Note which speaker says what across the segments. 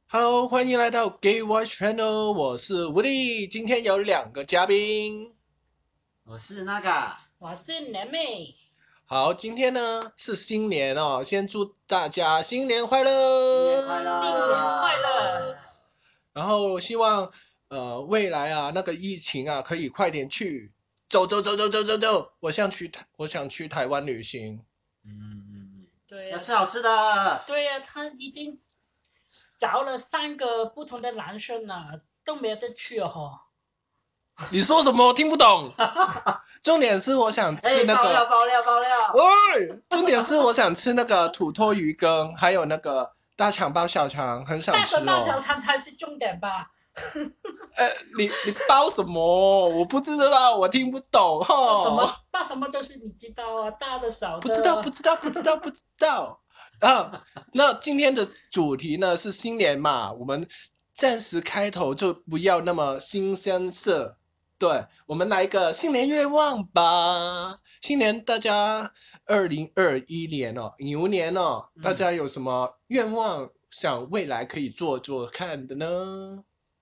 Speaker 1: Hello，欢迎来到 Gay Watch Channel，我是吴力，今天有两个嘉宾。
Speaker 2: 我是那个，
Speaker 3: 我是年妹，
Speaker 1: 好，今天呢是新年哦，先祝大家新年快
Speaker 2: 新年
Speaker 1: 乐，
Speaker 2: 快乐，
Speaker 3: 新年快乐！
Speaker 1: 然后希望未来啊那个疫情啊可以快点去走，我想去台湾旅行。
Speaker 3: 对呀、
Speaker 2: 要吃好吃的。
Speaker 3: 对呀、他已经找了3个不同的男生了，都没得去哦。
Speaker 1: 你说什么？我听不懂。重点是我想吃那
Speaker 2: 爆料
Speaker 1: 个，
Speaker 2: 爆料爆料！
Speaker 1: 喂，重点是我想吃那个土托鱼羹，还有那个大肠包小肠，很想
Speaker 3: 大
Speaker 1: 吃哦。
Speaker 3: 肠包小肠才是重点吧？
Speaker 1: 你包什么？我不知道，我听不懂
Speaker 3: 什么
Speaker 1: 哈。
Speaker 3: 包什么都是你知道啊，大的少的。
Speaker 1: 不知道。那今天的主题呢是新年嘛，我们暂时开头就不要那么新鲜色，对，我们来一个新年愿望吧。新年大家2021年哦，牛年哦，大家有什么愿望想未来可以做做看的呢？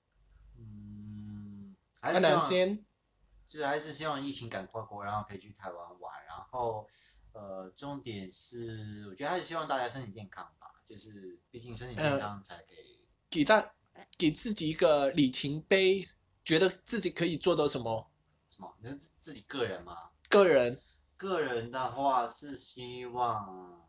Speaker 1: 阿
Speaker 2: 还是希望，
Speaker 1: 南先，
Speaker 2: 就是还是希望疫情赶快过，然后可以去台湾玩。然后，重点是，我觉得还是希望大家身体健康吧，就是毕竟身体健康才可以。
Speaker 1: 给自己一个里程碑，觉得自己可以做到什么？
Speaker 2: 什么？你是自己个人吗？
Speaker 1: 个人
Speaker 2: 个人的话是希望，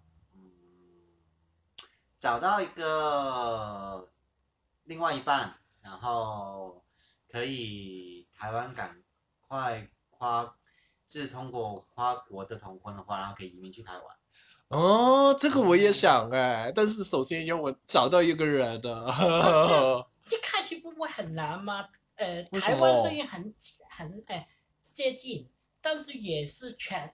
Speaker 2: 找到一个另外一半，然后可以台湾赶快通过跨国的同婚的话，然后可以移民去台湾。
Speaker 1: 哦，这个我也想哎，但是首先要我找到一个人的。
Speaker 3: 一开始不会很难吗？
Speaker 1: 为什
Speaker 3: 台湾虽
Speaker 1: 么
Speaker 3: 然很接近，但是也是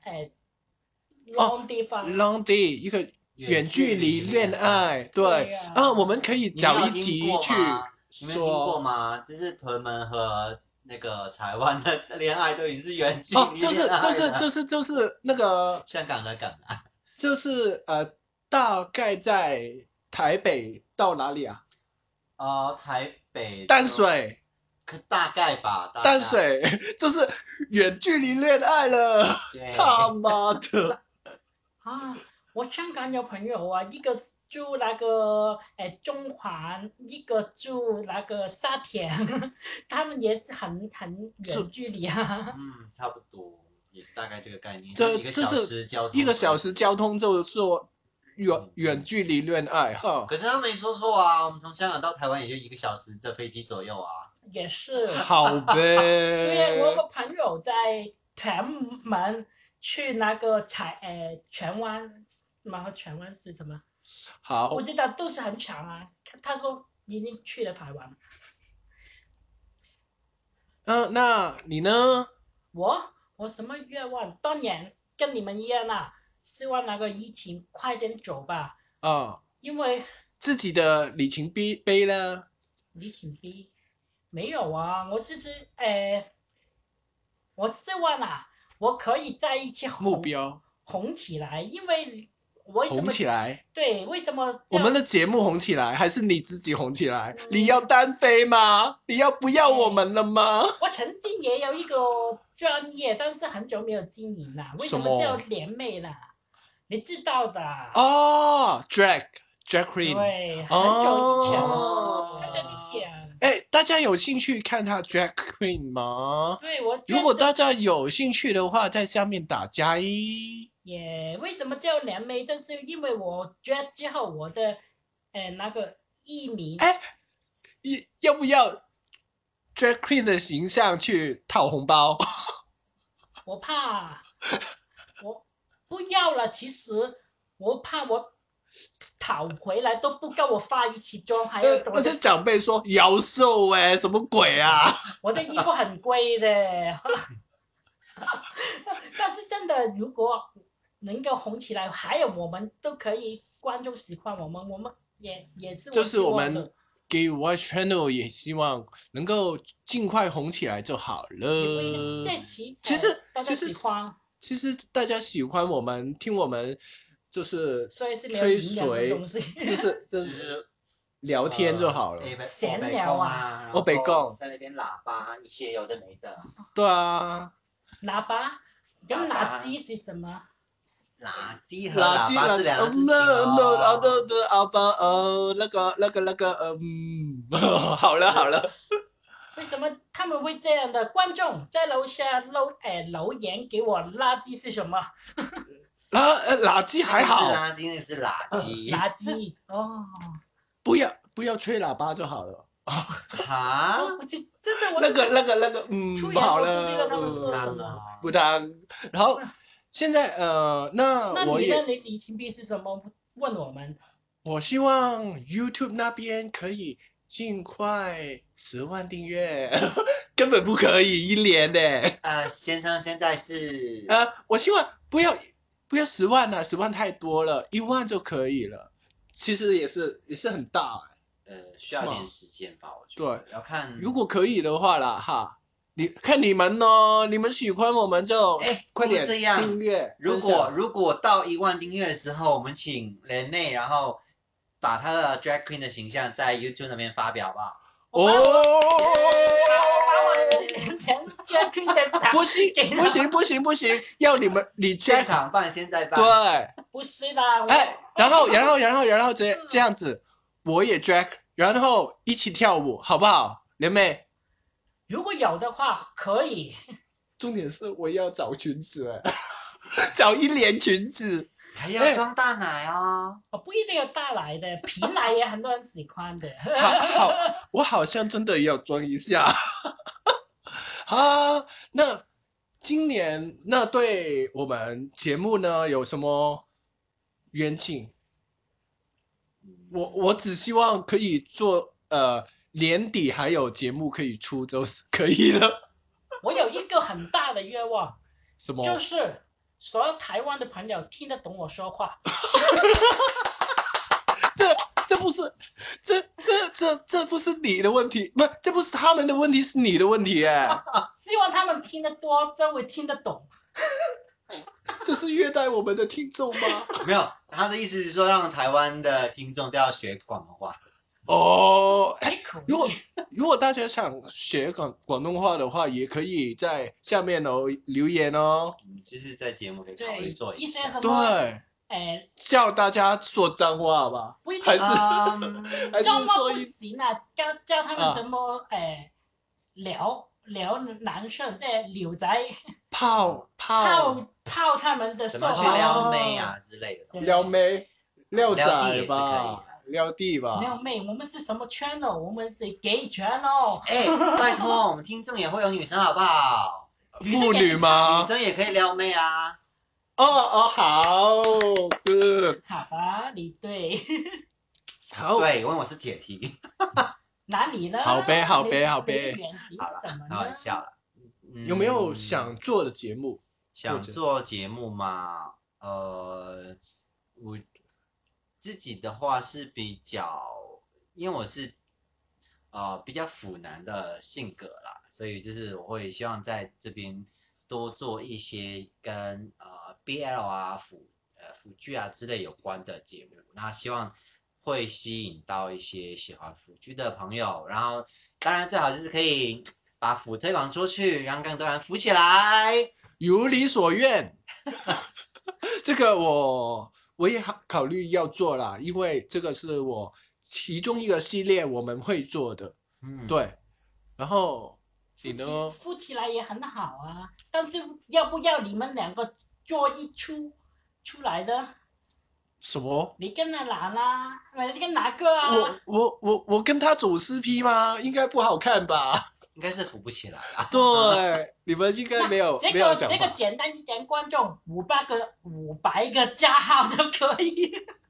Speaker 3: long 地方。
Speaker 1: ？Long day 一个远距离恋爱，对
Speaker 3: 对呀、
Speaker 1: 啊，我们可以
Speaker 2: 你没
Speaker 1: 找一
Speaker 2: 有听过
Speaker 1: 集去
Speaker 2: 吗？你没有听过
Speaker 1: 说
Speaker 2: 吗？就是屯门和那个台湾的恋爱都已经是远距
Speaker 1: 哦，
Speaker 2: 离恋爱了。
Speaker 1: 就是那个
Speaker 2: 香港的港啊。
Speaker 1: 就是大概在台北到哪里啊？
Speaker 2: 台北
Speaker 1: 淡水。
Speaker 2: 大概吧，大概。
Speaker 1: 淡水就是远距离恋爱了，
Speaker 2: 对。
Speaker 1: 他妈的！
Speaker 3: 啊，我香港有朋友啊，一个住那个中环，一个住那个沙田，他们也是很远距离啊。
Speaker 2: 差不多，也是大概这个概念，
Speaker 1: 这
Speaker 2: 一个小
Speaker 1: 这是
Speaker 2: 时交通，
Speaker 1: 一个小时交通，就是说远距离恋爱哈。
Speaker 2: 可是他没说错啊，我们从香港到台湾也就1个小时的飞机左右啊。
Speaker 3: 也是。
Speaker 1: 好
Speaker 3: 对呀，我有个
Speaker 1: 呗。
Speaker 3: 朋友在屯门去那个荃湾，什么荃湾是什么？
Speaker 1: 好
Speaker 3: 我，知道都是很长啊。他说已经去了台湾。
Speaker 1: 那你呢？
Speaker 3: 我什么愿望？当然跟你们一样啦，希望那个疫情快点走吧，
Speaker 1: 啊，
Speaker 3: 因为
Speaker 1: 自己的里程碑呢？
Speaker 3: 疫情比没有啊，我希望啊，我可以在一起
Speaker 1: 目标
Speaker 3: 红起来，因为为什
Speaker 1: 红
Speaker 3: 么？
Speaker 1: 起来。
Speaker 3: 对，为什么
Speaker 1: 我
Speaker 3: 这样？
Speaker 1: 们的节目红起来，还是你自己红起来？你要单飞吗？你要不要我们了吗？
Speaker 3: 我曾经也有一个专业，但是很久没有经营了。为什么叫联袂啦？你知道的。
Speaker 1: 哦，Drag Queen。
Speaker 3: 对，很久以前
Speaker 1: 哦，
Speaker 3: 很久以前。
Speaker 1: 大家有兴趣看他 Drag Queen 吗？
Speaker 3: 对，我觉得
Speaker 1: 如果大家有兴趣的话，在下面打加一。
Speaker 3: 也为什么叫联袂，就是因为我觉得之后我的那个艺名，
Speaker 1: 要不要 Drag Queen 的形象去讨红包？
Speaker 3: 我怕我不要了。其实我怕我讨回来都不跟我发一起妆，还有
Speaker 1: 那些长辈说妖兽什么鬼啊？
Speaker 3: 我的衣服很贵的。但是真的，如果能够红起来，还有我们都可以，观众喜欢我们，我们也是
Speaker 1: 就是我们
Speaker 3: 希望的。
Speaker 1: 给 Watch Channel 也希望能够尽快红起来就好
Speaker 3: 也不一
Speaker 1: 了。
Speaker 3: 定这期
Speaker 1: 其实
Speaker 3: 大家喜欢，
Speaker 1: 其实大家喜欢我们，听我们就是
Speaker 3: 所以是没有
Speaker 1: 吹
Speaker 3: 营养的
Speaker 1: 水
Speaker 3: 东西。
Speaker 1: 就是
Speaker 2: 就是
Speaker 1: 聊天就好了。
Speaker 3: 闲聊
Speaker 2: 啊，
Speaker 1: 欧北共
Speaker 2: 在那边喇叭一些有的没的。
Speaker 1: 对啊，
Speaker 3: 喇叭跟垃圾是什么？
Speaker 2: 垃圾和喇叭是两个事情
Speaker 1: 好了好了。
Speaker 3: 为什么他们会这样的？观众在楼下留言给我，垃圾是什么？
Speaker 1: 垃圾还好，
Speaker 2: 那个是垃圾。
Speaker 3: 垃圾哦。
Speaker 1: 不要吹喇叭就好了。
Speaker 2: 哈？
Speaker 3: 我真的我
Speaker 1: 那个不好了。
Speaker 3: 我不知道他们说什么。
Speaker 1: 不当。然后现在那我也。
Speaker 3: 那你的里程碑是什么？问我们。
Speaker 1: 我希望 YouTube 那边可以尽快10万订阅，根本不可以1年呢。
Speaker 2: 先生现在是
Speaker 1: 我希望不要10万了，10万太多了，1万就可以了。其实也是很大
Speaker 2: 需要点时间吧，我觉得。对，要看。
Speaker 1: 如果可以的话啦，哈，看你们哦，你们喜欢我们就快点订阅。
Speaker 2: 如果到1万订阅的时候，我们请人妹，然后把她的 drag queen 的形象在 YouTube 那边发表，好不好？
Speaker 3: 我把我drag queen 的
Speaker 1: 不行，要你
Speaker 2: 现场办，现在办。
Speaker 1: 对。
Speaker 3: 不是啦。
Speaker 1: 然后这样子，我也 drag， 然后一起跳舞，好不好，莲妹？
Speaker 3: 如果有的话，可以。
Speaker 1: 重点是我要找裙子找1连裙子。
Speaker 2: 还要装大奶哦。
Speaker 3: 不一定要大奶的，皮奶也很多人喜欢的。
Speaker 1: 好，我好像真的也要装一下。好，那今年那对我们节目呢有什么愿景？我只希望可以做年底还有节目可以出就是可以了。
Speaker 3: 我有一个很大的愿望。
Speaker 1: 什么？
Speaker 3: 就是所有台湾的朋友听得懂我说话。
Speaker 1: 这不是这不是你的问题，不，这不是他们的问题，是你的问题
Speaker 3: 希望他们听得多，就会听得懂。
Speaker 1: 这是虐待我们的听众吗？
Speaker 2: 没有，他的意思是说让台湾的听众都要学广东话。如果大家想学广东话的话，也可以在下面留言哦。 就是在节目可以考虑做一下。
Speaker 1: 对。叫大家说脏话吧，还是
Speaker 3: 说一行啊？教他们怎么聊男生，即係撩仔
Speaker 1: 泡
Speaker 3: 他们的
Speaker 2: 怎么去撩妹啊之类的。
Speaker 1: 撩妹、撩仔吧，撩弟吧。
Speaker 3: 撩妹，我们是什么圈哦？我们是 gay 圈哦。
Speaker 2: 拜托，我们听众也会有女生好不好？
Speaker 1: 妇女吗？
Speaker 2: 女生也可以撩妹啊。
Speaker 1: 好 ，good。
Speaker 3: 好吧，你对。
Speaker 1: 好。
Speaker 2: 对，问我是铁梯。
Speaker 3: 哪里呢？
Speaker 1: 好呗。
Speaker 2: 好了，开玩笑了。
Speaker 1: 有没有想做的节目？
Speaker 2: 想做节目嘛？我自己的话是比较，因为我是比较腐男的性格啦，所以就是我会希望在这边多做一些跟BL 啊腐剧啊之类有关的节目，那希望会吸引到一些喜欢腐剧的朋友，然后当然最好就是可以把腐推广出去，让更多人腐起来，
Speaker 1: 如你所愿。这个我也考虑要做啦，因为这个是我其中一个系列我们会做的。对。然后你呢？
Speaker 3: 富起来也很好啊，但是要不要你们2个做一出来的？
Speaker 1: 什么？
Speaker 3: 你跟那男啊？你跟哪个啊？
Speaker 1: 我跟他走CP吗？应该不好看吧？
Speaker 2: 应该是扶不起来啦。
Speaker 1: 对，你们应该没有想法。
Speaker 3: 这个简单一点，观众500个加号就可以。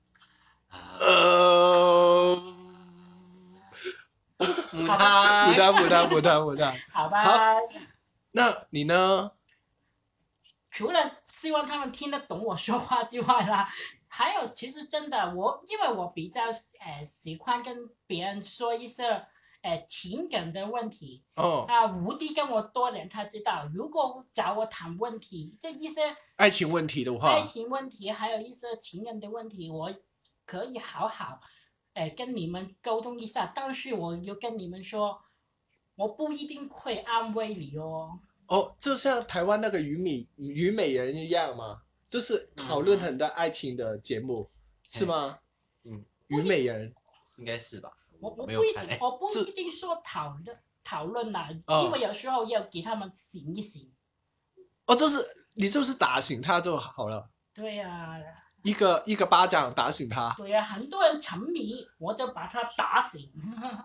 Speaker 2: 母汤。
Speaker 3: 好吧。
Speaker 1: 好，那你呢？
Speaker 3: 除了希望他们听得懂我说话之外啦，还有其实真的因为我比较喜欢跟别人说一些情感的问题。吴迪跟我多年，他知道如果找我谈问题，这一些
Speaker 1: 爱情问题的话，
Speaker 3: 爱情问题还有一些情人的问题，我可以好好跟你们沟通一下，但是我有跟你们说，我不一定会安慰你哦。
Speaker 1: 哦，就像台湾那个虞美人一样吗？就是讨论很多爱情的节目，是吗？
Speaker 2: 嗯，
Speaker 1: 虞美人
Speaker 2: 应该是吧？
Speaker 3: 我
Speaker 2: 没有看欸。
Speaker 3: 我不一定说讨论啦，
Speaker 1: 哦
Speaker 3: 因为有时候要给他们醒一醒。
Speaker 1: 哦，你就是打醒他就好了，
Speaker 3: 对呀、
Speaker 1: 一个巴掌打醒他，
Speaker 3: 对呀、很多人沉迷，我就把他打醒。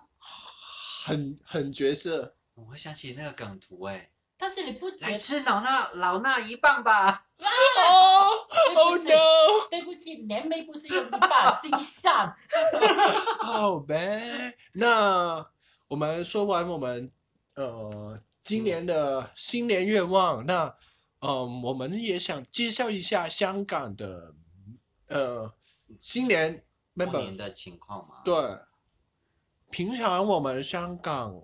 Speaker 1: 很角色。
Speaker 2: 我会想起那个梗图哎，
Speaker 3: 但是你不觉得？
Speaker 2: 来吃老衲一棒吧！
Speaker 1: 哦，Oh
Speaker 3: 对不起，
Speaker 1: no！
Speaker 3: 对不起，年妹不是用一半，是一扇。
Speaker 1: 好呗，那我们说完我们今年的新年愿望，那我们也想介绍一下香港的新年
Speaker 2: 过
Speaker 1: member。
Speaker 2: 年的情况嘛，
Speaker 1: 对，平常我们香港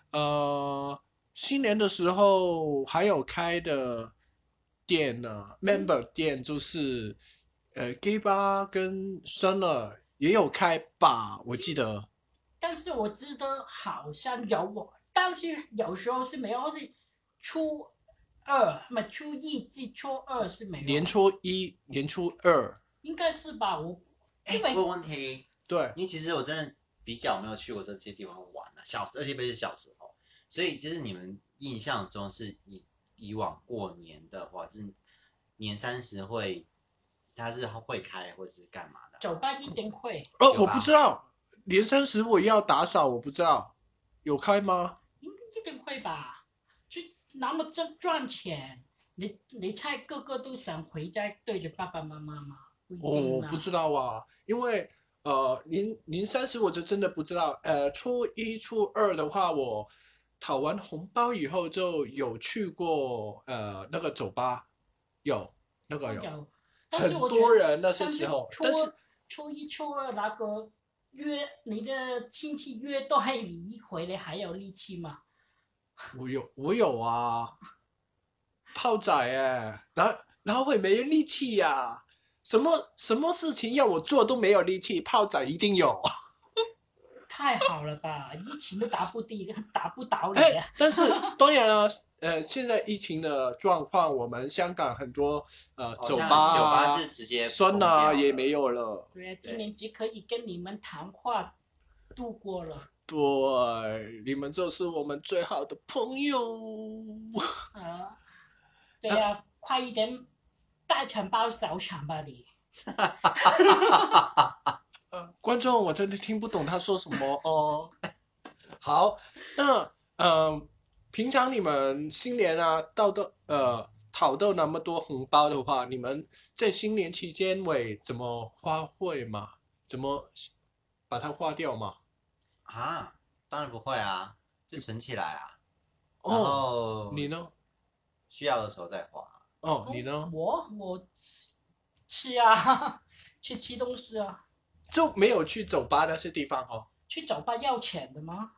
Speaker 1: 新年的时候还有开的店呢，member 店就是gay 吧跟 Sunner 也有开吧，我记得。
Speaker 3: 但是我记得好像有我，但是有时候是没有，是初二，没初一至初二是没有，
Speaker 1: 年初一、年初二，
Speaker 3: 应该是吧？我
Speaker 2: 哎，
Speaker 3: 因为
Speaker 2: 我有问题，
Speaker 1: 对，
Speaker 2: 因为其实我真的比较没有去过这些地方玩啊，特别是小时候，所以就是你们印象中是以往过年的话是年30会，它是会开或是干嘛的？
Speaker 3: 酒吧一定会，
Speaker 2: 有吧
Speaker 1: 我不知道，年30我要打扫，我不知道有开吗？
Speaker 3: 一定会吧？就那么赚钱，你猜个个都想回家对着爸爸妈妈吗？不一定啊。
Speaker 1: 我不知道啊，因为年30我就真的不知道。初一、初二的话，我讨完红包以后就有去过那个酒吧，有那个有
Speaker 3: 有，但是
Speaker 1: 很
Speaker 3: 我觉得，
Speaker 1: 多人那些
Speaker 3: 但是
Speaker 1: 时候，但是
Speaker 3: 初一、初二那个约你的亲戚约到你一回来还有力气吗？
Speaker 1: 我有啊，炮仔哎，然后会没力气呀、什么事情要我做都没有力气，炮仔一定有。
Speaker 3: 太好了吧，疫情都打不倒你
Speaker 1: 哎，
Speaker 3: 啊！
Speaker 1: 但是当然了，现在疫情的状况，我们香港很多酒
Speaker 2: 像
Speaker 1: 吧
Speaker 2: 酒吧
Speaker 1: 啊、
Speaker 2: 是直接
Speaker 1: 酸
Speaker 2: 封掉了
Speaker 1: 啊也没有了。
Speaker 3: 对啊，今年只可以跟你们谈话度过了。
Speaker 1: 对，你们就是我们最好的朋友。
Speaker 3: 啊，对呀、快一点大场包小场吧你。
Speaker 1: 观众我真的听不懂他说什么哦。好，那平常你们新年啊，讨到那么多红包的话，你们在新年期间会怎么花费嘛？怎么把它花掉嘛？
Speaker 2: 啊，当然不会啊，就存起来啊，然
Speaker 1: 哦，
Speaker 2: 后
Speaker 1: 你呢？
Speaker 2: 需要的时候再花。
Speaker 1: 哦，你呢？
Speaker 3: 我吃啊，去吃东西啊，
Speaker 1: 就没有去酒吧那些地方哦？
Speaker 3: 去酒吧要钱的吗？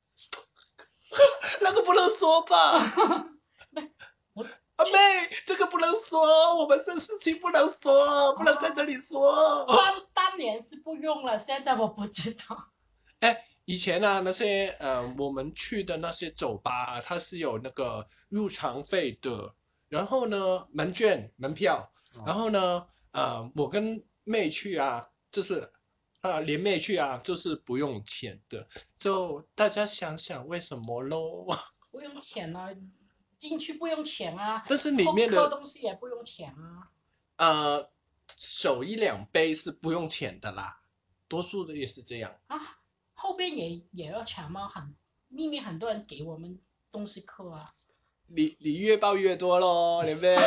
Speaker 1: 那个不能说吧？
Speaker 3: 我
Speaker 1: 阿妹，这个不能说，我们这事情不能说，不能在这里说。
Speaker 3: 当年是不用了，现在我不知道。
Speaker 1: 哎，以前啊，那些我们去的那些酒吧啊，它是有那个入场费的，然后呢，门票，然后呢，我跟妹去啊，就是连妹去啊，就是不用钱的，就大家想想为什么咯？
Speaker 3: 不用钱啊，进去不用钱啊，
Speaker 1: 但是里面的
Speaker 3: 喝东西也不用钱啊。
Speaker 1: 手一两杯是不用钱的啦，多数的也是这样。
Speaker 3: 啊，后边也要钱吗？秘密很多人给我们东西喝啊，
Speaker 1: 你越报越多咯，连妹。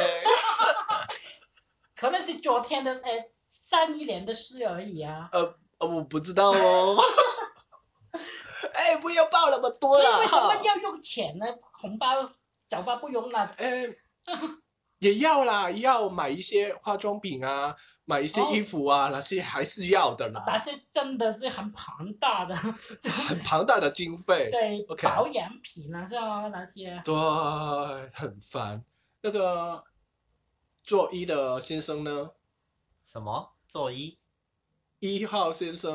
Speaker 3: 可能是昨天的上一年的事而已啊。
Speaker 1: 我不知道哦。哎，不要报那么多
Speaker 3: 所以
Speaker 1: 了
Speaker 3: 为什么
Speaker 1: 哈。
Speaker 3: 要用钱呢？红包酒吧不用了。
Speaker 1: 也要啦，要买一些化妆品啊，买一些
Speaker 3: 哦
Speaker 1: 衣服啊，那些还是要的
Speaker 3: 那
Speaker 1: 啦，
Speaker 3: 些真的是很庞大的，
Speaker 1: 很庞大的经费。
Speaker 3: 对
Speaker 1: OK
Speaker 3: 保养品啊，是吧？那些
Speaker 1: 对，很烦。那个做的先生呢？
Speaker 2: 什么？做一？
Speaker 1: 1号先生，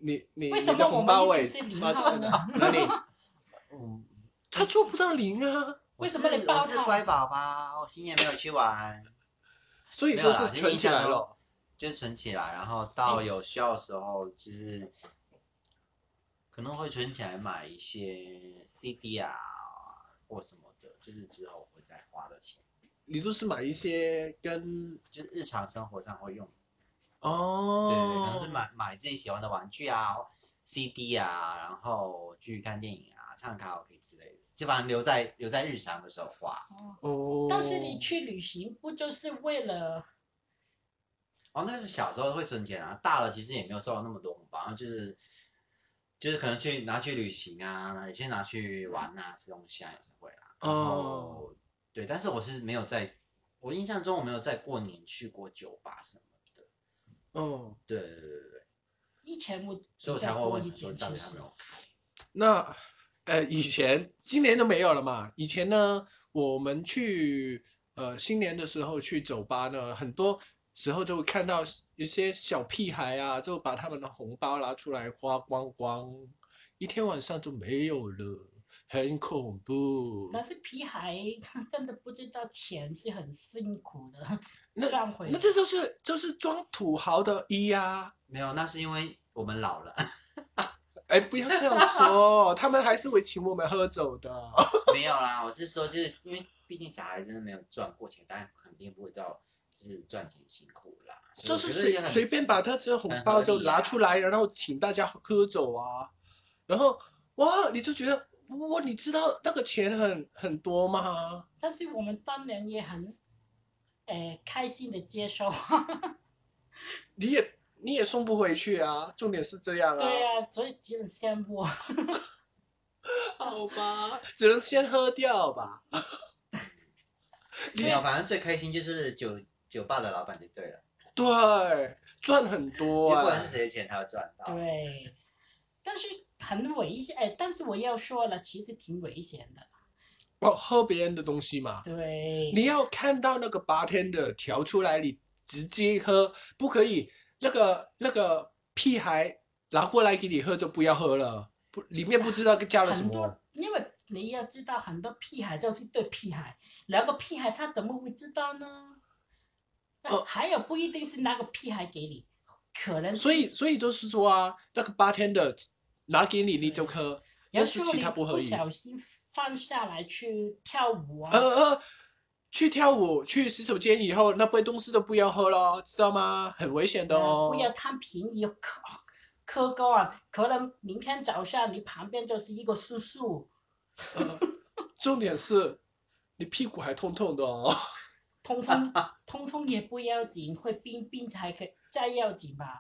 Speaker 3: 为什么
Speaker 1: 的红包尾
Speaker 3: 我们一定是零号呢？
Speaker 1: 哪里？
Speaker 2: 嗯，
Speaker 1: 他做不到零啊，
Speaker 3: 为什么你爆
Speaker 2: 我是
Speaker 3: 他
Speaker 2: 乖宝宝，我新年没有去玩，
Speaker 1: 所以
Speaker 2: 没有啦，就是
Speaker 1: 都是存
Speaker 2: 印象中
Speaker 1: 起来了。
Speaker 2: 就是存起来，然后到有需要的时候，就是可能会存起来买一些 CD 啊或什么的，就是之后会再花的钱，
Speaker 1: 你都是买一些跟
Speaker 2: 就是日常生活上会用的。
Speaker 1: 哦，
Speaker 2: 对对，可能是买自己喜欢的玩具啊、CD 啊，然后去看电影啊、唱卡拉 OK 之类的，基本上留在日常的时候花。
Speaker 1: 哦，
Speaker 3: 但是你去旅行不就是为了
Speaker 2: 哦，那是小时候会存钱啊，大了其实也没有收到那么多红包，然后就是可能拿去旅行啊，有些拿去玩啊、吃东西啊也是会啦。然后对，但是我印象中我没有在过年去过酒吧什么的。
Speaker 1: 嗯，
Speaker 2: 对对对对对，
Speaker 3: 以前我
Speaker 2: 所以我才会
Speaker 3: 比较多一
Speaker 2: 问你说
Speaker 3: 点，其实
Speaker 2: 到底有没有开。
Speaker 1: 那以前今年都没有了嘛。以前呢，我们去新年的时候去酒吧呢，很多时候就会看到有些小屁孩啊，就把他们的红包拿出来花光光，一天晚上就没有了，很恐怖。
Speaker 3: 但是皮孩真的不知道钱是很辛苦的
Speaker 1: 那
Speaker 3: 赚回来。
Speaker 1: 那这就是装土豪的一啊！
Speaker 2: 没有，那是因为我们老了。
Speaker 1: 哎，不要这样说，他们还是会请我们喝酒的。
Speaker 2: 没有啦，我是说，就是因为毕竟小孩真的没有赚过钱，当然肯定不会知道就是赚钱辛苦啦。所以
Speaker 1: 就是
Speaker 2: 我觉得也
Speaker 1: 随便把他这红包就拿出来，然后请大家喝酒啊，然后哇，你就觉得哇，你知道那个钱很多吗？
Speaker 3: 但是我们当年也很，开心的接受。
Speaker 1: 你也送不回去啊，重点是这样啊。
Speaker 3: 对啊，所以只能羡慕。
Speaker 1: 好吧，只能先喝掉吧。
Speaker 2: 没有，反正最开心就是酒吧的老板就对了，
Speaker 1: 对，赚很
Speaker 2: 因
Speaker 1: 多哎、
Speaker 2: 为不管是谁的钱，他要赚到。
Speaker 3: 对，但是很危险，但是我要说了，其实挺危险的。
Speaker 1: 哦，喝别人的东西嘛，
Speaker 3: 对，
Speaker 1: 你要看到那个bartender调出来，你直接喝，不可以那个屁孩拿过来给你喝就不要喝了，不里面不知道加了什
Speaker 3: 很多
Speaker 1: 么。，
Speaker 3: 因为你要知道，很多屁孩就是对屁孩，那个屁孩他怎么会知道呢？还有不一定是那个屁孩给你，可能
Speaker 1: 所以就是说啊，那个 bartender 拿给你你就喝，但是其
Speaker 3: 有时候你不
Speaker 1: 他不可以。
Speaker 3: 小心放下来去跳舞啊，
Speaker 1: 去跳舞，去洗手间以后，那杯东西都不要喝了，知道吗？很危险的
Speaker 3: 不要
Speaker 1: 哦。
Speaker 3: 贪便宜磕高啊，可能明天早上你旁边就是一个叔叔，
Speaker 1: 重点是你屁股还痛痛的哦。
Speaker 3: 通风通风也不要紧，会冰才可再要紧吧。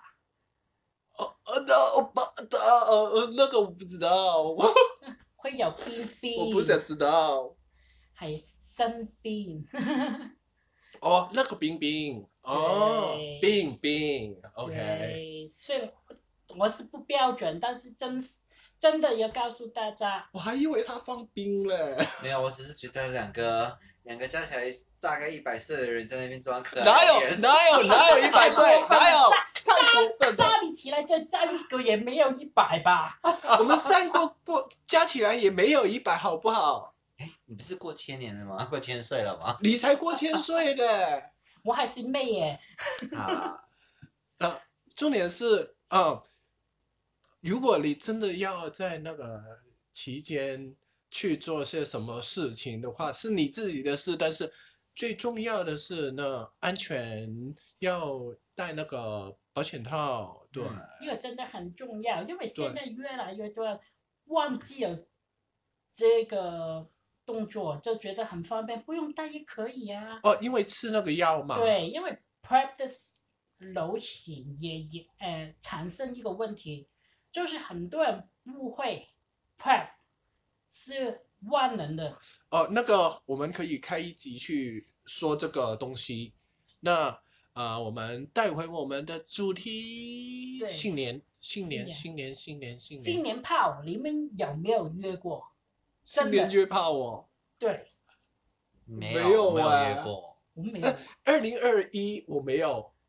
Speaker 1: 那个我不知道，
Speaker 3: 会有冰
Speaker 1: 我不
Speaker 3: 冰，
Speaker 1: 想知道。
Speaker 3: 还生病。
Speaker 1: 哦，那个冰冰，哦，
Speaker 3: 对
Speaker 1: 冰冰，OK。
Speaker 3: 对，虽然我是不标准，但是真的要告诉大家，
Speaker 1: 我还以为他放冰嘞。
Speaker 2: 没有，我只是觉得两个加起来大概100岁的人在那边装可爱。
Speaker 1: 哪有100岁？哪有？太过分了！
Speaker 3: 扎你起来再扎一个也没有100吧？
Speaker 1: 我们3个加起来也没有100，好不好？
Speaker 2: 你不是过千年了吗？过千岁了吗？
Speaker 1: 你才过1000岁的。
Speaker 3: 我还是妹耶。
Speaker 2: 啊，
Speaker 1: 重点是，如果你真的要在那个期间去做些什么事情的话，是你自己的事，但是最重要的是呢，安全要戴那个保险套，对。
Speaker 3: 这个真的很重要，因为现在越来越多人忘记了这个动作，就觉得很方便，不用带也可以啊。
Speaker 1: 哦，因为吃那个药嘛。
Speaker 3: 对，因为 PrEP 的流行也产生一个问题，就是很多人误会 PrEP 是万能的。
Speaker 1: 哦，那个我们可以开一集去说这个东西。那我们带回我们的主题，
Speaker 3: 对
Speaker 1: 新年
Speaker 3: 新年炮，你们有没有约过？
Speaker 1: 新年约炮哦。
Speaker 3: 对，
Speaker 2: 没
Speaker 1: 没有
Speaker 2: 有，我没有
Speaker 1: 啊
Speaker 2: 约过。
Speaker 3: 我没有。
Speaker 1: 2021我没有。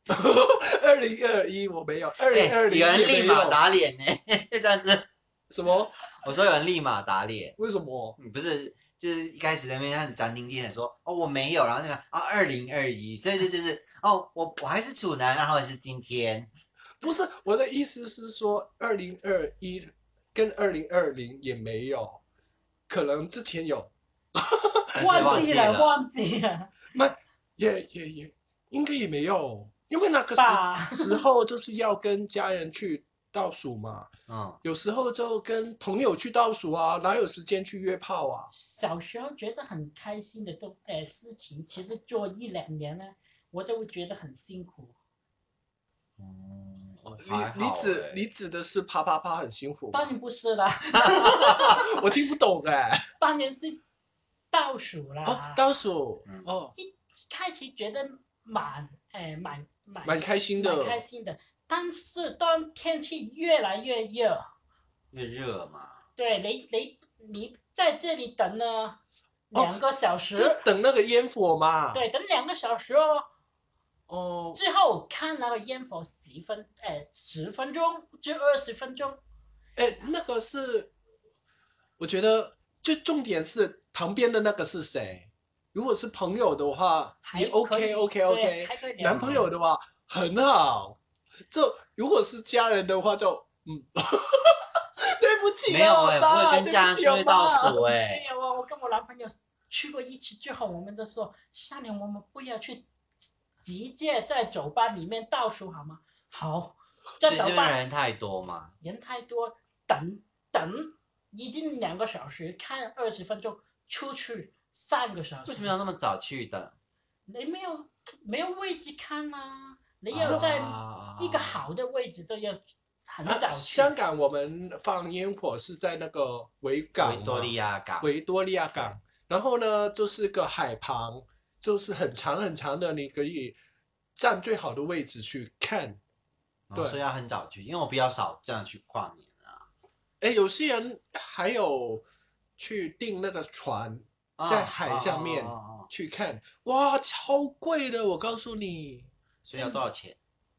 Speaker 1: 2021我没有，2020
Speaker 2: 有人
Speaker 1: 也没
Speaker 2: 立马
Speaker 1: 有。
Speaker 2: 打脸呢，这样子。
Speaker 1: 什么？
Speaker 2: 我说有人立马打脸，
Speaker 1: 为什么？
Speaker 2: 你不是就是一开始在那边很斩钉截铁说哦我没有，然后那个2021，所以就是哦我还是处男，然后是今天。
Speaker 1: 不是，我的意思是说，2021跟2020也没有，可能之前有，
Speaker 2: 但是忘记了。
Speaker 3: 忘记了
Speaker 1: 也应该也没有，因为那个
Speaker 3: 吧？
Speaker 1: 时候就是要跟家人去倒数嘛，
Speaker 2: 嗯，
Speaker 1: 有时候就跟朋友去倒数啊，哪有时间去约炮啊？
Speaker 3: 小时候觉得很开心的事情，其实做1-2年呢，我就会觉得很辛苦。
Speaker 2: 还好
Speaker 1: 你指的是啪啪啪很辛苦吗
Speaker 3: 当？然不是啦，
Speaker 1: 我听不懂哎。
Speaker 3: 当然是倒数啦。
Speaker 1: 哦，倒数
Speaker 2: 嗯
Speaker 1: 哦，
Speaker 3: 一开始觉得蛮
Speaker 1: 开心的。
Speaker 3: 蛮开心的，但是当天气越来越热，
Speaker 2: 越热嘛。
Speaker 3: 对你在这里等了2个小时，
Speaker 1: 就等那个烟火嘛。
Speaker 3: 对，等2个小时哦。
Speaker 1: 哦，
Speaker 3: 之后看那个烟火10分钟至20分钟，
Speaker 1: 那个是，我觉得最重点是旁边的那个是谁？如果是朋友的话，也
Speaker 3: 还可以
Speaker 1: OK。
Speaker 3: 对还可以聊
Speaker 1: 男朋友的话很好，就如果是家人的话就对不起
Speaker 2: 没有不会跟
Speaker 1: 对
Speaker 2: 家人出去
Speaker 1: 不起妈
Speaker 2: 倒数
Speaker 3: 没有啊，我跟我男朋友去过一次之后，我们就说下年我们不要去直接在酒吧里面倒数好吗？好，
Speaker 2: 所以这边
Speaker 3: 在酒吧
Speaker 2: 人太多嘛。
Speaker 3: 人太多，等已经2个小时，看20分钟，出去3个小时。
Speaker 2: 为什么要那么早去的？
Speaker 3: 你没有位置看啊？你
Speaker 2: 啊
Speaker 3: 要在一个好的位置，就要很早去。
Speaker 1: 香港我们放烟火是在那个维港嘛，
Speaker 2: 维多利亚港。
Speaker 1: 维多利亚港，然后呢就是个海旁，就是很长很长的，你可以站最好的位置去看。对
Speaker 2: 所以要很早去，因为我比较少这样去跨年啊。
Speaker 1: 有些人还有去订那个船，在海上面去看，哇，超贵的，我告诉你。
Speaker 2: 所以要多少钱？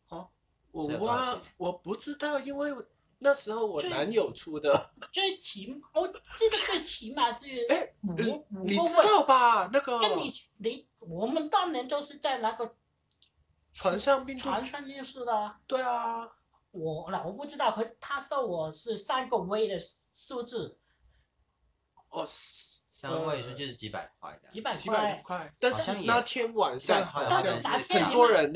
Speaker 1: 我不知道，因为那时候我男友出的。
Speaker 3: 我记得最起码是五
Speaker 1: 你
Speaker 3: 个
Speaker 1: 知道吧？那个
Speaker 3: 跟我们当年都是在那个
Speaker 1: 船上面
Speaker 3: 船上认识的啊。
Speaker 1: 对啊，
Speaker 3: 我不知道，他说我是3个位的数字，
Speaker 1: 哦，
Speaker 2: 3位数就是几百块的。
Speaker 3: 几百
Speaker 1: 几百
Speaker 3: 块，
Speaker 1: 块，但是
Speaker 2: 好像也
Speaker 1: 那天晚上好
Speaker 3: 但
Speaker 1: 像
Speaker 3: 是哪天
Speaker 1: 很多人呢。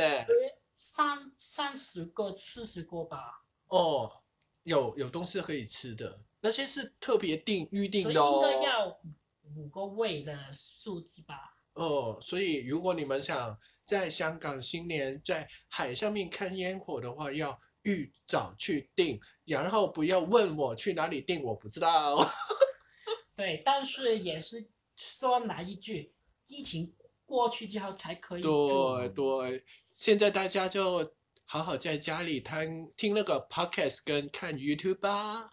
Speaker 3: 30个40个吧，
Speaker 1: 哦，有东西可以吃的，那些是特别预定
Speaker 3: 所以
Speaker 1: 的
Speaker 3: 应该
Speaker 1: 哦。
Speaker 3: 要5个位的数字吧。
Speaker 1: 哦，所以如果你们想在香港新年在海上面看烟火的话，要预早去订，然后不要问我去哪里订，我不知道。
Speaker 3: 对，但是也是说哪一句，疫情过去之后才可以
Speaker 1: 对对，现在大家就好好在家里听那个 podcast 跟看 YouTube 吧。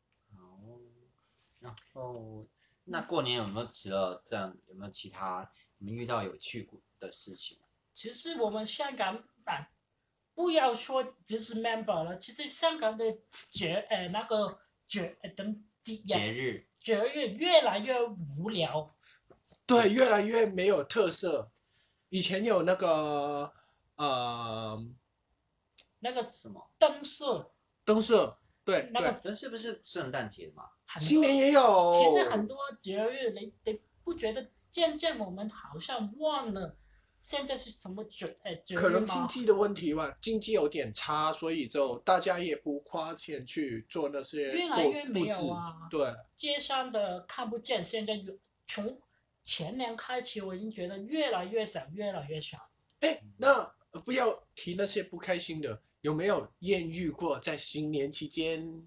Speaker 2: 然后那过年有没有除了这样，有没有其他你们遇到有趣的事情？
Speaker 3: 其实我们香港不要说只是 member 了，其实香港的那个
Speaker 2: 节日
Speaker 3: 越来越无聊。
Speaker 1: 对，越来越没有特色。以前有那个
Speaker 3: 那个
Speaker 2: 什么？
Speaker 3: 灯饰，
Speaker 1: 灯饰，对
Speaker 3: 那个
Speaker 1: 对，
Speaker 2: 但是不是圣诞节嘛？
Speaker 3: 很多
Speaker 1: 新年也有。
Speaker 3: 其实很多节日，你不觉得渐渐我们好像忘了现在是什么节
Speaker 1: 可能
Speaker 3: 日吗？
Speaker 1: 经济的问题吧，经济有点差，所以就大家也不花钱去做那些
Speaker 3: 越来越没
Speaker 1: 布置
Speaker 3: 有。啊。
Speaker 1: 对，
Speaker 3: 街上的看不见，现在从前年开始，我已经觉得越来越少，越来越少。
Speaker 1: 那不要提那些不开心的，有没有艳遇过在新年期间？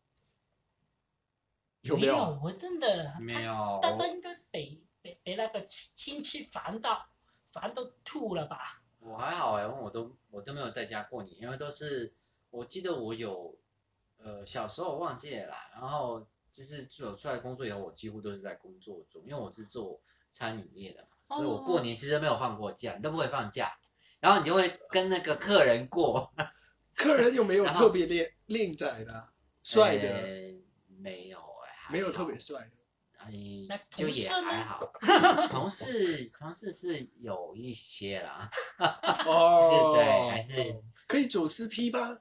Speaker 1: 有没有？
Speaker 3: 我真的
Speaker 2: 没有。
Speaker 3: 大家应该被那个亲戚烦到吐了吧？
Speaker 2: 我还好因为我都没有在家过年，因为都是我记得我有小时候我忘记了啦，然后就是有出来工作以后，我几乎都是在工作中，因为我是做餐饮业的嘛，所以我过年其实没有放过假，你都不会放假， 然后你就会跟那个客人过。
Speaker 1: 客人有没有
Speaker 2: 然后
Speaker 1: 特别靓仔的啊、帅的？
Speaker 2: 没有还
Speaker 1: 没有
Speaker 2: 好
Speaker 1: 特别帅的。
Speaker 3: 那
Speaker 2: 就也
Speaker 3: 同事呢
Speaker 2: 还好。同事是有一些啦，
Speaker 1: 哦，
Speaker 2: 就是对，还是
Speaker 1: 可以组CP 吧？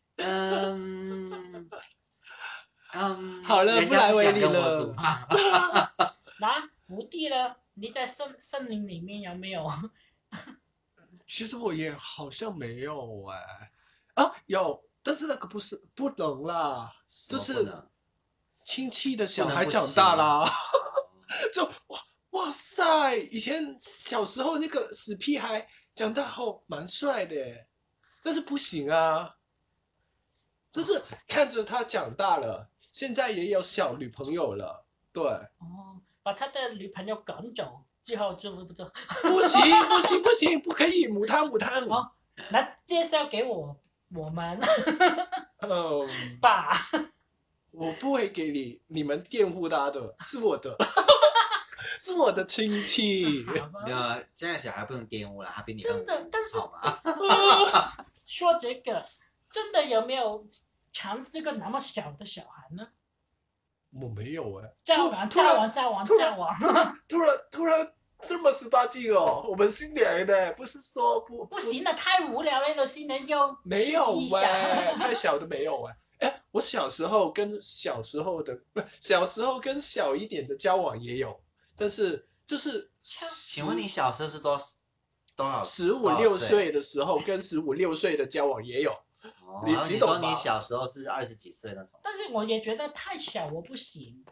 Speaker 1: 好了，
Speaker 2: 人家
Speaker 1: 不来为
Speaker 2: 不想跟我
Speaker 1: 你了
Speaker 2: 组。嘛。
Speaker 3: 那福地呢？你在森林里面有没有？
Speaker 1: 其实我也好像没有啊，有，但是那个不能啦，
Speaker 2: 什
Speaker 1: 就是
Speaker 2: 么不能？
Speaker 1: 亲戚的小
Speaker 2: 不能不
Speaker 1: 孩长
Speaker 2: 亲
Speaker 1: 大啦，就哇塞，以前小时候那个死屁孩长大后蛮帅的耶，但是不行啊，就是看着他长大了，现在也有小女朋友了，对，
Speaker 3: 哦，把他的女朋友赶走之后就不做。
Speaker 1: 不行，不可以，母汤。
Speaker 3: 哦，那介绍给我们
Speaker 1: 嗯，
Speaker 3: 吧。
Speaker 1: 我不会给你们佃户他的，是我的，是我的亲戚。
Speaker 3: 好吧
Speaker 2: 没有，现在小孩不用玷污了，他比你更
Speaker 3: 真的，但是
Speaker 2: 好吗？
Speaker 3: 说这个，真的有没有尝试过那么小的小孩呢？
Speaker 1: 我没有
Speaker 3: 交往，交往，交往，交往。
Speaker 1: 突然这么18禁哦，我们新年的，不是说
Speaker 3: 不行了，太无聊了，那个新人又
Speaker 1: 没有
Speaker 3: 刺激一下。
Speaker 1: 太小的没有我小时候跟小时候跟小一点的交往也有，但是就是
Speaker 2: 请问你小时候是多少
Speaker 1: 15、16岁的时候跟15、6岁的交往也有，
Speaker 2: 哦，
Speaker 1: 你
Speaker 2: 然后你
Speaker 1: 懂吧
Speaker 2: 说你小时候是20几岁那种。
Speaker 3: 但是我也觉得太小我不行，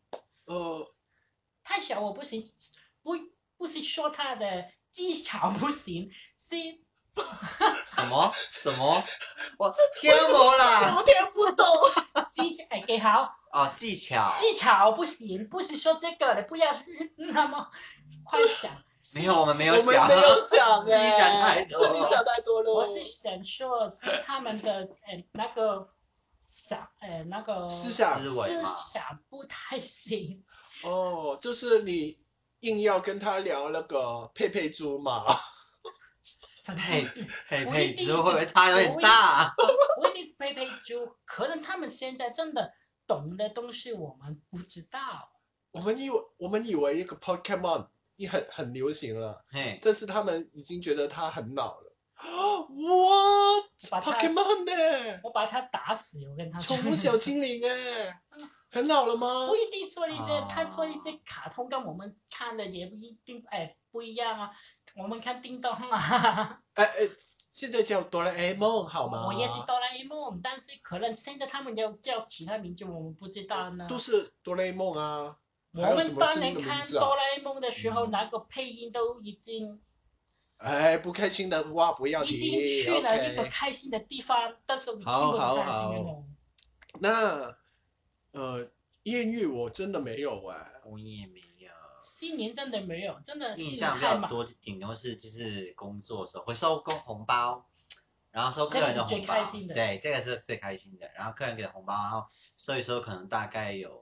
Speaker 3: 太小我不行，不是说他的技巧不行，是
Speaker 2: 什么？我听无啦。
Speaker 1: 我听不懂。
Speaker 3: 给好
Speaker 2: 哦，技巧。
Speaker 3: 技巧不行，不是说这个的，不要那么快想。
Speaker 2: 没有，我们没有
Speaker 1: 我们
Speaker 2: 想。
Speaker 1: 没有想
Speaker 2: 是你想太多。
Speaker 1: 是你想太多了。
Speaker 3: 我是想说，是他们的那个那个
Speaker 1: 思想
Speaker 2: 思维嘛。
Speaker 3: 思想不太行。
Speaker 1: 哦，就是你硬要跟他聊那个佩猪嘛。
Speaker 2: 配置会不会差有点大？
Speaker 3: 不一定是佩猪，可能他们现在真的懂的东西我们不知道。
Speaker 1: 我们以为一个 Pokemon 很流行了，
Speaker 2: 嘿，
Speaker 1: 但是他们已经觉得它很老了。哇，Pokemon 呢？
Speaker 3: 我把他打死，我跟他说。
Speaker 1: 宠物小精灵很老了吗
Speaker 3: 不？一定说一些，
Speaker 2: 哦
Speaker 3: 他说一些卡通跟我们看的也不一定不一样啊。我们看叮咚啊，
Speaker 1: 现在叫哆啦 A 梦好吗？
Speaker 3: 我也是哆啦 A 梦，但是可能现在他们有叫其他名字，我们不知道呢。
Speaker 1: 都是哆啦 A 梦啊。
Speaker 3: 我
Speaker 1: 还有什
Speaker 3: 们当
Speaker 1: 么新的名
Speaker 3: 年看
Speaker 1: 字啊？
Speaker 3: 哆啦 A 梦的时候，那个配音都已经
Speaker 1: 不开心的话不要提。
Speaker 3: 已经去了一个
Speaker 1: OK。
Speaker 3: 开心的地方，但是我听
Speaker 1: 好
Speaker 3: 不
Speaker 1: 好
Speaker 3: 开心那
Speaker 1: 好
Speaker 3: 种。
Speaker 1: 那艳遇我真的没有
Speaker 2: 我也没有。
Speaker 3: 新年真的没有，真的
Speaker 2: 印
Speaker 3: 是太忙。
Speaker 2: 象比较多，顶多是就是工作的时候会收红包，然后收客人的红包，
Speaker 3: 这个是最开心的
Speaker 2: 对，这个是最开心的。然后客人给的红包，然后收一收，可能大概有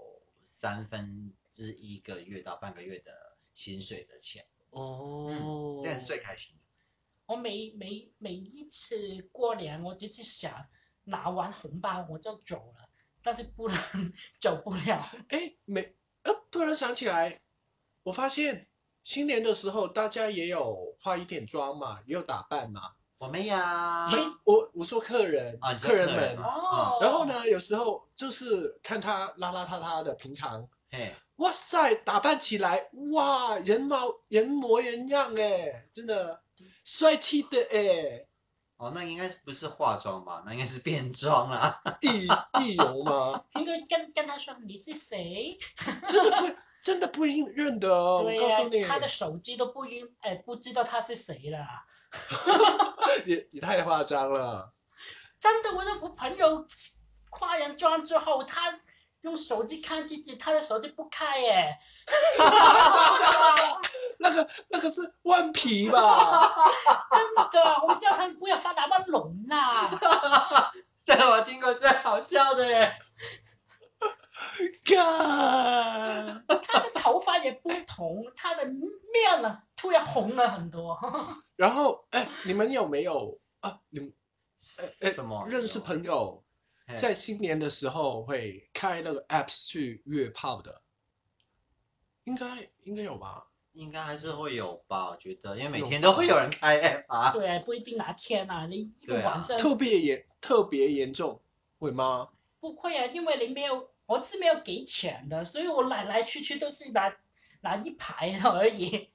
Speaker 2: 1/3个月到半个月的薪水的钱。
Speaker 1: 哦。
Speaker 2: 这个是最开心的。
Speaker 3: 我每一次过年，我只是想拿完红包我就走了，但是不能走不了。
Speaker 1: 突然想起来，我发现新年的时候大家也有化一点妆嘛，也有打扮嘛。
Speaker 2: 我没有。
Speaker 1: 我说客人，
Speaker 2: 哦，你说
Speaker 1: 客人们。
Speaker 2: 客人嘛
Speaker 3: 哦。
Speaker 1: 然后？呢，有时候就是看他邋邋遢遢的，平常，
Speaker 2: 嘿，
Speaker 1: 哇塞，打扮起来，哇，人模人样真的帅气的
Speaker 2: 哦，那应该不是化妆吧？那应该是变装啦。
Speaker 1: 易容吗？
Speaker 3: 应该跟他说你是谁？
Speaker 1: 真的不认得哦，
Speaker 3: 对
Speaker 1: 我告诉你，
Speaker 3: 他的手机都不知道他是谁了。
Speaker 1: 也太夸张了。
Speaker 3: 真的，我那个朋友化完妆之后，他用手机看自己，他的手机不开
Speaker 1: 那个是顽皮吧？
Speaker 3: 真的，我叫他不要发那么浓啦。
Speaker 2: 对，我听过最好笑的耶。
Speaker 1: 看，
Speaker 3: 他的头发也不同，他的面呢， 突然红了很多。
Speaker 1: 然后你们有没有你们
Speaker 2: 什么
Speaker 1: 认识朋友
Speaker 2: 嘿
Speaker 1: 在新年的时候会开那个 apps 去约炮的？应该有吧？
Speaker 2: 应该还是会有吧，我觉得，因为每
Speaker 1: 有吧
Speaker 2: 天都会有人开 app 啊。
Speaker 3: 对，不一定哪天啊，你一个
Speaker 2: 对啊
Speaker 3: 晚上
Speaker 1: 特别严重，会吗？
Speaker 3: 不会啊，因为你没有，我是没有给钱的，所以我来来去去都是拿一排而已。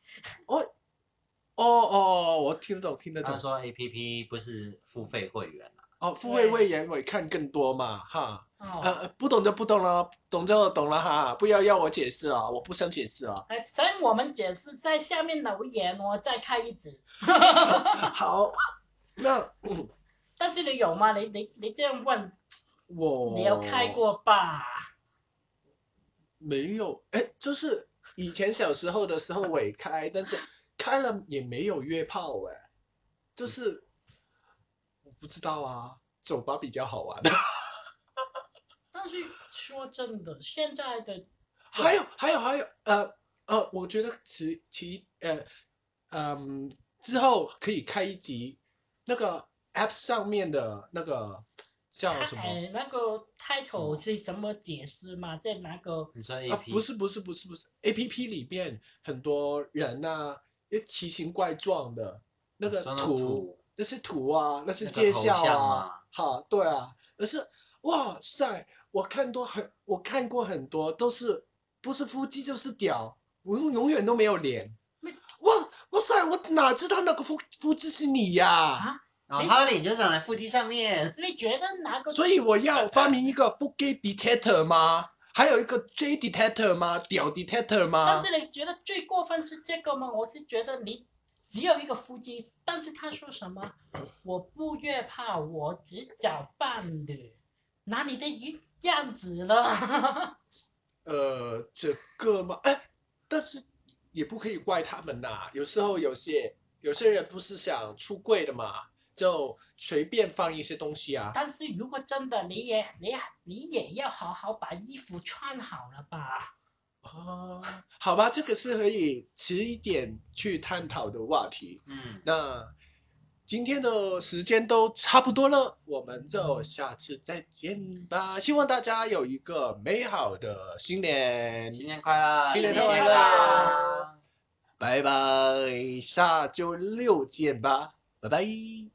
Speaker 1: 我听得懂。
Speaker 2: 他说 app 不是付费会员啊。
Speaker 1: 哦，付费会员会看更多嘛，哈。
Speaker 3: 哦，
Speaker 1: 不懂就不懂了，懂就懂了哈，不要我解释啊，我不想解释啊。
Speaker 3: 所以我们解释在下面留言，我再开一集。
Speaker 1: 好，那
Speaker 3: 但是你有吗？你这样问，
Speaker 1: 我
Speaker 3: 你有开过吧？
Speaker 1: 没有？就是以前小时候的时候我也开，但是开了也没有约炮就是我不知道啊，酒吧比较好玩。
Speaker 3: 但是说真的，现在的
Speaker 1: 还有，我觉得之后可以开一集那个 App 上面的那个叫什么？
Speaker 3: 那个 title 是什么解释吗？在哪个？
Speaker 2: 你说
Speaker 1: 不
Speaker 2: app
Speaker 1: 是，APP 里面很多人奇形怪状的那个
Speaker 2: 说那
Speaker 1: 图，那是图啊，那是
Speaker 2: 那个
Speaker 1: 介绍
Speaker 2: 头像
Speaker 1: 啊，
Speaker 2: 嘛
Speaker 1: 好，对啊，可是哇塞，我看过很多都是不是腹肌就是屌，我永远都没有脸。哇塞，我哪知道那个腹肌是你呀、
Speaker 3: 啊？
Speaker 2: 然后他的脸就长在腹肌上面。
Speaker 3: 你觉得哪个？
Speaker 1: 所以我要发明一个腹肌 detector 吗？还有一个 J detector 吗？屌 detector 吗？
Speaker 3: 但是你觉得最过分是这个吗？我是觉得你只有一个腹肌，但是他说什么？我不约炮，我只找伴侣，哪里的样子了？
Speaker 1: 这个嘛，但是也不可以怪他们呐。有时候有些人不是想出柜的嘛，就随便放一些东西啊。
Speaker 3: 但是如果真的你也要好好把衣服穿好了吧？
Speaker 1: 好吧，这个是可以迟一点去探讨的话题。那今天的时间都差不多了，我们就下次再见吧。希望大家有一个美好的新年，
Speaker 2: 新年快乐，
Speaker 1: 新年
Speaker 3: 快
Speaker 1: 快
Speaker 3: 乐
Speaker 1: 乐，拜拜，下周六见吧，拜拜。